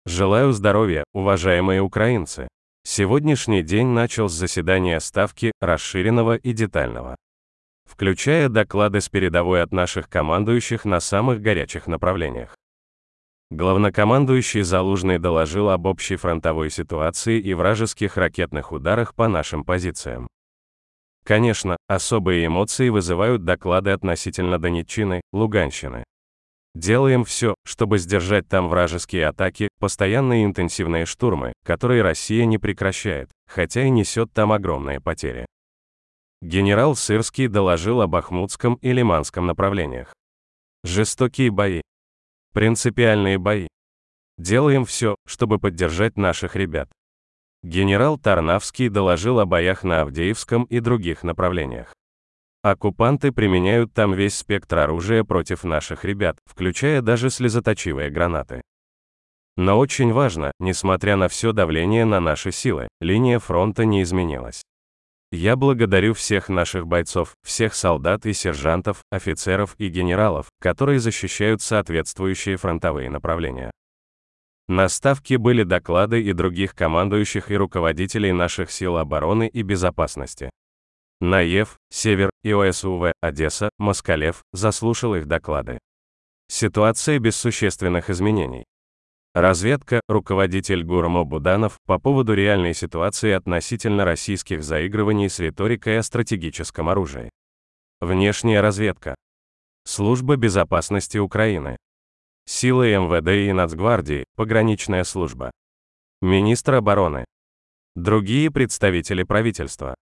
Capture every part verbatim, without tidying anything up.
Желаю здоровья, уважаемые украинцы! Сегодняшний день начал с заседания Ставки, расширенного и детального, включая доклады с передовой от наших командующих на самых горячих направлениях. Главнокомандующий Залужный доложил об общей фронтовой ситуации и вражеских ракетных ударах по нашим позициям. Конечно, особые эмоции вызывают доклады относительно Донеччины, Луганщины. Делаем все, чтобы сдержать там вражеские атаки, постоянные интенсивные штурмы, которые Россия не прекращает, хотя и несет там огромные потери. Генерал Сырский доложил об Бахмутском и Лиманском направлениях. Жестокие бои. Принципиальные бои. Делаем все, чтобы поддержать наших ребят. Генерал Тарнавский доложил о боях на Авдеевском и других направлениях. Оккупанты применяют там весь спектр оружия против наших ребят, включая даже слезоточивые гранаты. Но очень важно, несмотря на все давление на наши силы, линия фронта не изменилась. Я благодарю всех наших бойцов, всех солдат и сержантов, офицеров и генералов, которые защищают соответствующие фронтовые направления. На Ставке были доклады и других командующих и руководителей наших сил обороны и безопасности. Наев, Север, ИОСУВ, Одесса, Москалев, заслушал их доклады. Ситуация без существенных изменений. Разведка, руководитель ГУРМО Буданов, по поводу реальной ситуации относительно российских заигрываний с риторикой о стратегическом оружии. Внешняя разведка. Служба безопасности Украины. Силы МВД и Нацгвардии, пограничная служба. Министр обороны. Другие представители правительства.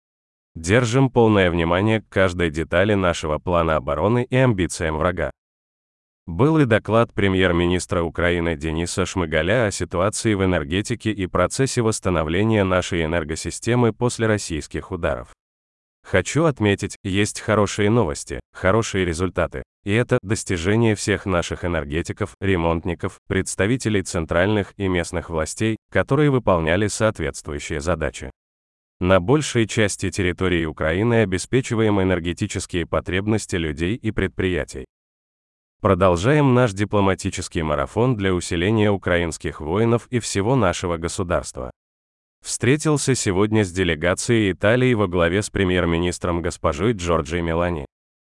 Держим полное внимание к каждой детали нашего плана обороны и амбициям врага. Был и доклад премьер-министра Украины Дениса Шмыгаля о ситуации в энергетике и процессе восстановления нашей энергосистемы после российских ударов. Хочу отметить, есть хорошие новости, хорошие результаты, и это достижение всех наших энергетиков, ремонтников, представителей центральных и местных властей, которые выполняли соответствующие задачи. На большей части территории Украины обеспечиваем энергетические потребности людей и предприятий. Продолжаем наш дипломатический марафон для усиления украинских воинов и всего нашего государства. Встретился сегодня с делегацией Италии во главе с премьер-министром госпожой Джорджией Мелони.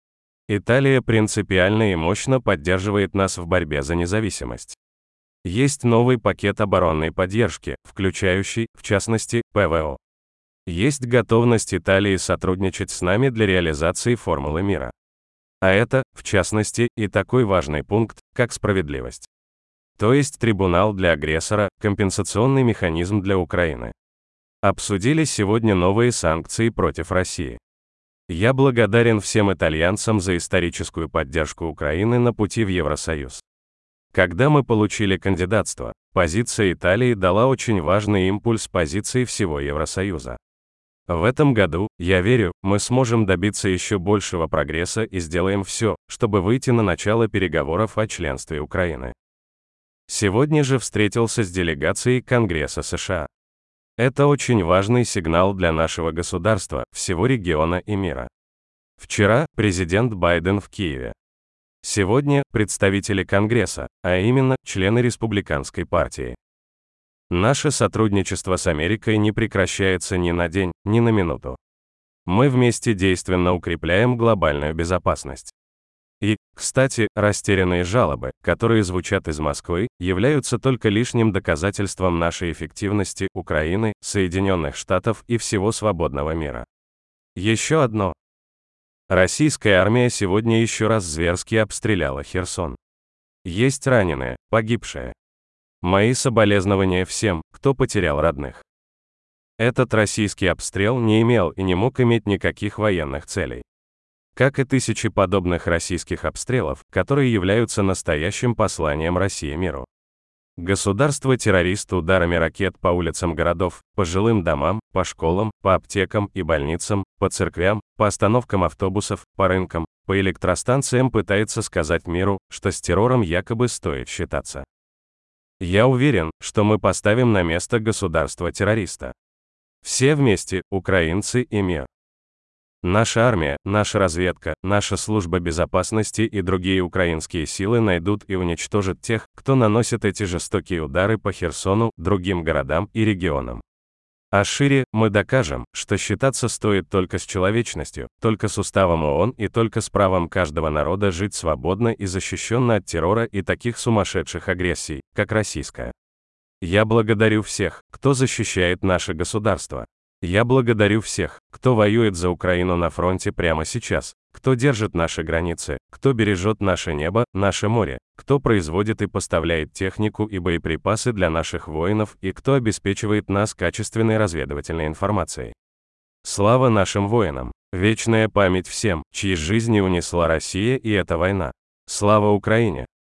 Италия принципиально и мощно поддерживает нас в борьбе за независимость. Есть новый пакет оборонной поддержки, включающий, в частности, ПВО. Есть готовность Италии сотрудничать с нами для реализации формулы мира. А это, в частности, и такой важный пункт, как справедливость. То есть трибунал для агрессора, компенсационный механизм для Украины. Обсудили сегодня новые санкции против России. Я благодарен всем итальянцам за историческую поддержку Украины на пути в Евросоюз. Когда мы получили кандидатство, позиция Италии дала очень важный импульс позиции всего Евросоюза. В этом году, я верю, мы сможем добиться еще большего прогресса и сделаем все, чтобы выйти на начало переговоров о членстве Украины. Сегодня же встретился с делегацией Конгресса США. Это очень важный сигнал для нашего государства, всего региона и мира. Вчера президент Байден в Киеве. Сегодня представители Конгресса, а именно члены Республиканской партии. Наше сотрудничество с Америкой не прекращается ни на день, ни на минуту. Мы вместе действенно укрепляем глобальную безопасность. И, кстати, растерянные жалобы, которые звучат из Москвы, являются только лишним доказательством нашей эффективности Украины, Соединенных Штатов и всего свободного мира. Еще одно. Российская армия сегодня еще раз зверски обстреляла Херсон. Есть раненые, погибшие. Мои соболезнования всем, кто потерял родных. Этот российский обстрел не имел и не мог иметь никаких военных целей. Как и тысячи подобных российских обстрелов, которые являются настоящим посланием России миру. Государство-террорист ударами ракет по улицам городов, по жилым домам, по школам, по аптекам и больницам, по церквям, по остановкам автобусов, по рынкам, по электростанциям пытается сказать миру, что с террором якобы стоит считаться. Я уверен, что мы поставим на место государства-террориста. Все вместе, украинцы и мир. Наша армия, наша разведка, наша служба безопасности и другие украинские силы найдут и уничтожат тех, кто наносит эти жестокие удары по Херсону, другим городам и регионам. А шире, мы докажем, что считаться стоит только с человечностью, только с уставом ООН и только с правом каждого народа жить свободно и защищенно от террора и таких сумасшедших агрессий, как российская. Я благодарю всех, кто защищает наше государство. Я благодарю всех, кто воюет за Украину на фронте прямо сейчас, кто держит наши границы, кто бережет наше небо, наше море, кто производит и поставляет технику и боеприпасы для наших воинов и кто обеспечивает нас качественной разведывательной информацией. Слава нашим воинам! Вечная память всем, чьи жизни унесла Россия и эта война. Слава Украине!